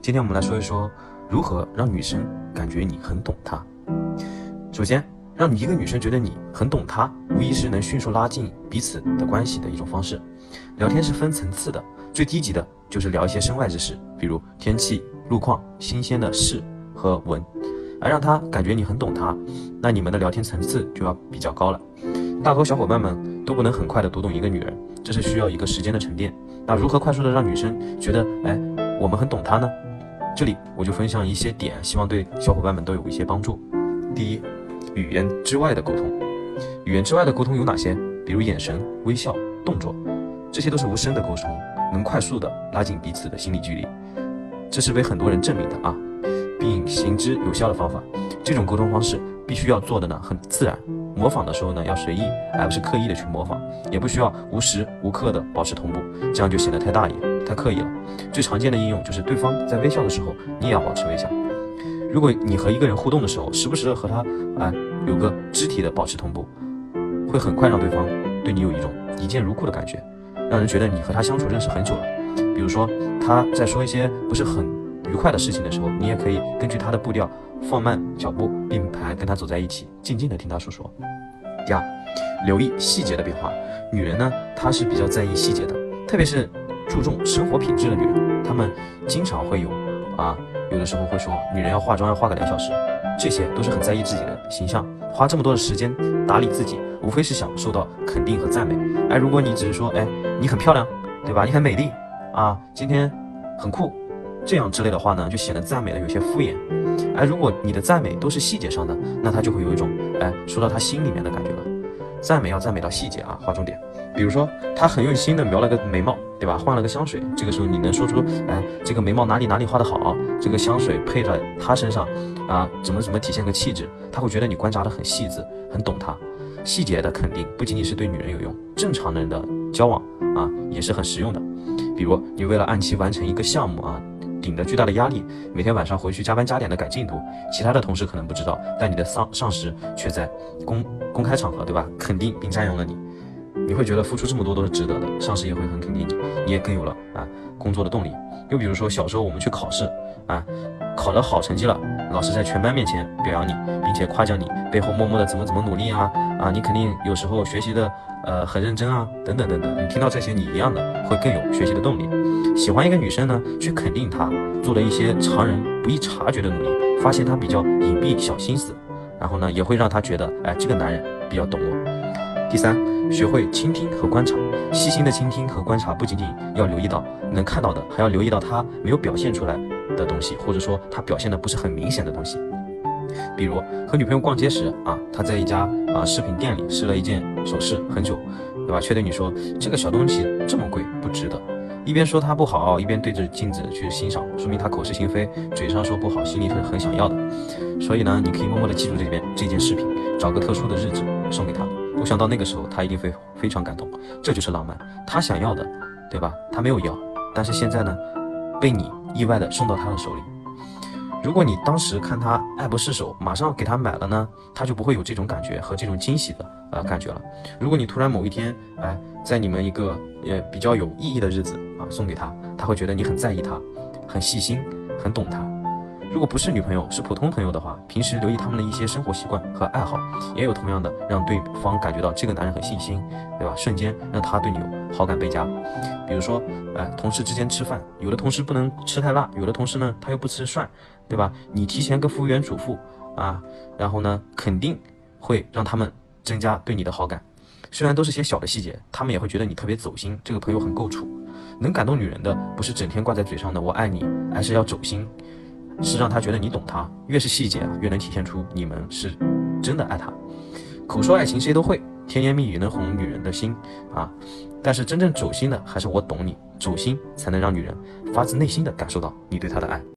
今天我们来说一说如何让女生感觉你很懂她。首先，让一个女生觉得你很懂她，无疑是能迅速拉近彼此的关系的一种方式。聊天是分层次的，最低级的就是聊一些身外之事，比如天气、路况、新鲜的事和闻，而让她感觉你很懂她，那你们的聊天层次就要比较高了。大多小伙伴们都不能很快的读懂一个女人，这是需要一个时间的沉淀。那如何快速的让女生觉得我们很懂她呢？这里我就分享一些点，希望对小伙伴们都有一些帮助。第一，语言之外的沟通。语言之外的沟通有哪些？比如眼神、微笑、动作，这些都是无声的沟通，能快速的拉近彼此的心理距离。这是被很多人证明的啊，并行之有效的方法。这种沟通方式必须要做的呢很自然，模仿的时候呢要随意，而不是刻意的去模仿，也不需要无时无刻的保持同步，这样就显得太大意、太刻意了。最常见的应用就是对方在微笑的时候，你也要保持微笑。如果你和一个人互动的时候，时不时的和他有个肢体的保持同步，会很快让对方对你有一种一见如故的感觉，让人觉得你和他相处认识很久了。比如说他在说一些不是很愉快的事情的时候，你也可以根据他的步调放慢脚步，并跟他走在一起，静静的听他诉说。第二，留意细节的变化。女人呢，她是比较在意细节的，特别是注重生活品质的女人，她们经常会有的时候会说，女人要化妆要化个2小时，这些都是很在意自己的形象，花这么多的时间打理自己，无非是想受到肯定和赞美。如果你只是说，你很漂亮，对吧？你很美丽今天很酷，这样之类的话呢，就显得赞美的有些敷衍。如果你的赞美都是细节上的，那他就会有一种说到他心里面的感觉了。赞美要赞美到细节划重点。比如说他很用心的描了个眉毛，对吧？换了个香水，这个时候你能说出这个眉毛哪里画得好，这个香水配在他身上怎么体现个气质，他会觉得你观察得很细致，很懂他。细节的肯定不仅仅是对女人有用，正常人的交往也是很实用的。比如你为了按期完成一个项目顶着巨大的压力，每天晚上回去加班加点的改进度，其他的同事可能不知道，但你的上司却在公开场合，对吧，肯定并赞扬了你。你会觉得付出这么多都是值得的，上司也会很肯定你，你也更有了工作的动力。又比如说小时候我们去考试考了好成绩了，老师在全班面前表扬你，并且夸奖你背后默默的怎么努力你肯定有时候学习的很认真等等等等。你听到这些，你一样的会更有学习的动力。喜欢一个女生呢，去肯定她做了一些常人不易察觉的努力，发现她比较隐蔽小心思，然后呢也会让她觉得这个男人比较懂我。第三，学会倾听和观察。细心的倾听和观察不仅仅要留意到能看到的，还要留意到他没有表现出来的东西，或者说他表现的不是很明显的东西。比如和女朋友逛街时他在一家饰品店里试了一件首饰很久，对吧？却对你说这个小东西这么贵，不值得。一边说它不好，一边对着镜子去欣赏，说明他口是心非，嘴上说不好，心里是很想要的。所以呢，你可以默默的记住这件饰品，找个特殊的日子送给他。我想到那个时候他一定会非常感动，这就是浪漫。他想要的，对吧？他没有要，但是现在呢，被你意外的送到他的手里。如果你当时看他爱不释手，马上给他买了呢，他就不会有这种感觉和这种惊喜的感觉了。如果你突然某一天在你们一个比较有意义的日子送给他，他会觉得你很在意他，很细心，很懂他。如果不是女朋友，是普通朋友的话，平时留意他们的一些生活习惯和爱好，也有同样的让对方感觉到这个男人很细心，对吧？瞬间让他对你有好感倍加。比如说同事之间吃饭，有的同事不能吃太辣，有的同事呢他又不吃涮，对吧？你提前跟服务员嘱咐然后呢肯定会让他们增加对你的好感。虽然都是些小的细节，他们也会觉得你特别走心，这个朋友很够处。能感动女人的不是整天挂在嘴上的我爱你，而是要走心，是让他觉得你懂他。越是细节越能体现出你们是真的爱他。口说爱情谁都会，甜言蜜语能哄女人的心但是真正走心的还是我懂你，走心才能让女人发自内心的感受到你对她的爱。